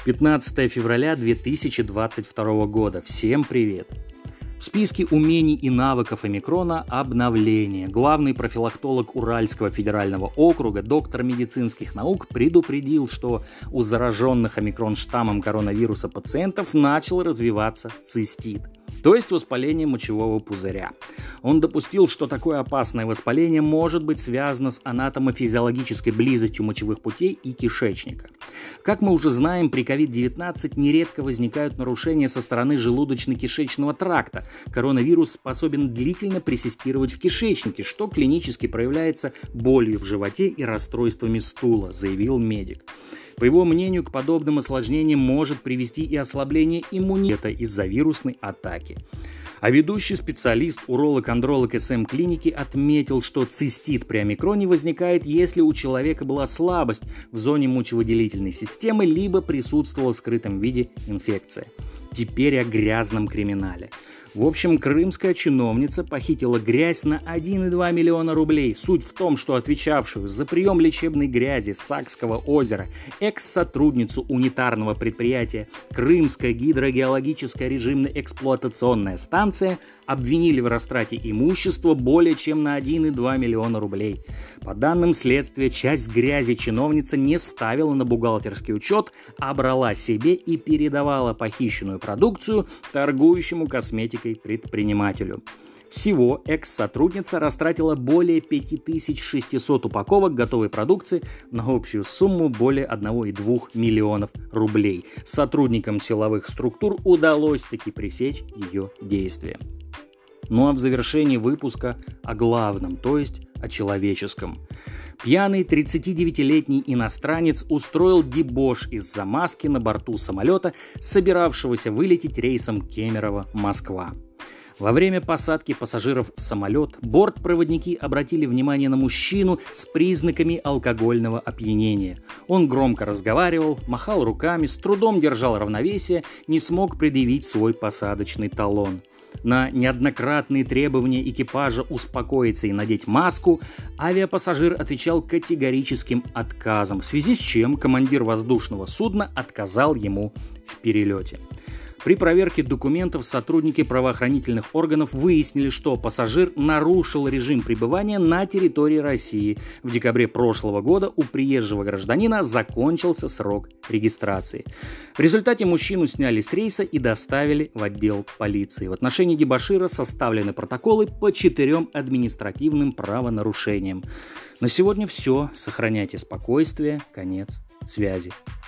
15 февраля 2022 года. Всем привет! В списке умений и навыков омикрона обновление. Главный профилактолог Уральского федерального округа, доктор медицинских наук, предупредил, что у зараженных омикрон-штаммом коронавируса пациентов начал развиваться цистит, то есть воспаление мочевого пузыря. Он допустил, что такое опасное воспаление может быть связано с анатомофизиологической близостью мочевых путей и кишечника. Как мы уже знаем, при COVID-19 нередко возникают нарушения со стороны желудочно-кишечного тракта. Коронавирус способен длительно персистировать в кишечнике, что клинически проявляется болью в животе и расстройствами стула, заявил медик. По его мнению, к подобным осложнениям может привести и ослабление иммунитета из-за вирусной атаки. А ведущий специалист, уролог-андролог СМ-клиники отметил, что цистит при омикроне возникает, если у человека была слабость в зоне мочевыделительной системы, либо присутствовала в скрытом виде инфекция. Теперь о грязном криминале. В общем, крымская чиновница похитила грязь на 1,2 миллиона рублей. Суть в том, что отвечавшую за прием лечебной грязи с Сакского озера экс-сотрудницу унитарного предприятия Крымская гидрогеологическая режимно-эксплуатационная станция обвинили в растрате имущества более чем на 1,2 миллиона рублей. По данным следствия, часть грязи чиновница не ставила на бухгалтерский учет, а брала себе и передавала похищенную продукцию торгующему косметикой предпринимателю. Всего экс-сотрудница растратила более 5600 упаковок готовой продукции на общую сумму более 1,2 миллионов рублей. Сотрудникам силовых структур удалось таки пресечь ее действия. Ну а в завершении выпуска о главном, то есть о человеческом. Пьяный 39-летний иностранец устроил дебош из-за маски на борту самолета, собиравшегося вылететь рейсом Кемерово-Москва. Во время посадки пассажиров в самолет бортпроводники обратили внимание на мужчину с признаками алкогольного опьянения. Он громко разговаривал, махал руками, с трудом держал равновесие, не смог предъявить свой посадочный талон. На неоднократные требования экипажа успокоиться и надеть маску авиапассажир отвечал категорическим отказом, в связи с чем командир воздушного судна отказал ему в перелете. При проверке документов сотрудники правоохранительных органов выяснили, что пассажир нарушил режим пребывания на территории России. В декабре прошлого года у приезжего гражданина закончился срок регистрации. В результате мужчину сняли с рейса и доставили в отдел полиции. В отношении дебошира составлены протоколы по 4 административным правонарушениям. На сегодня все. Сохраняйте спокойствие. Конец связи.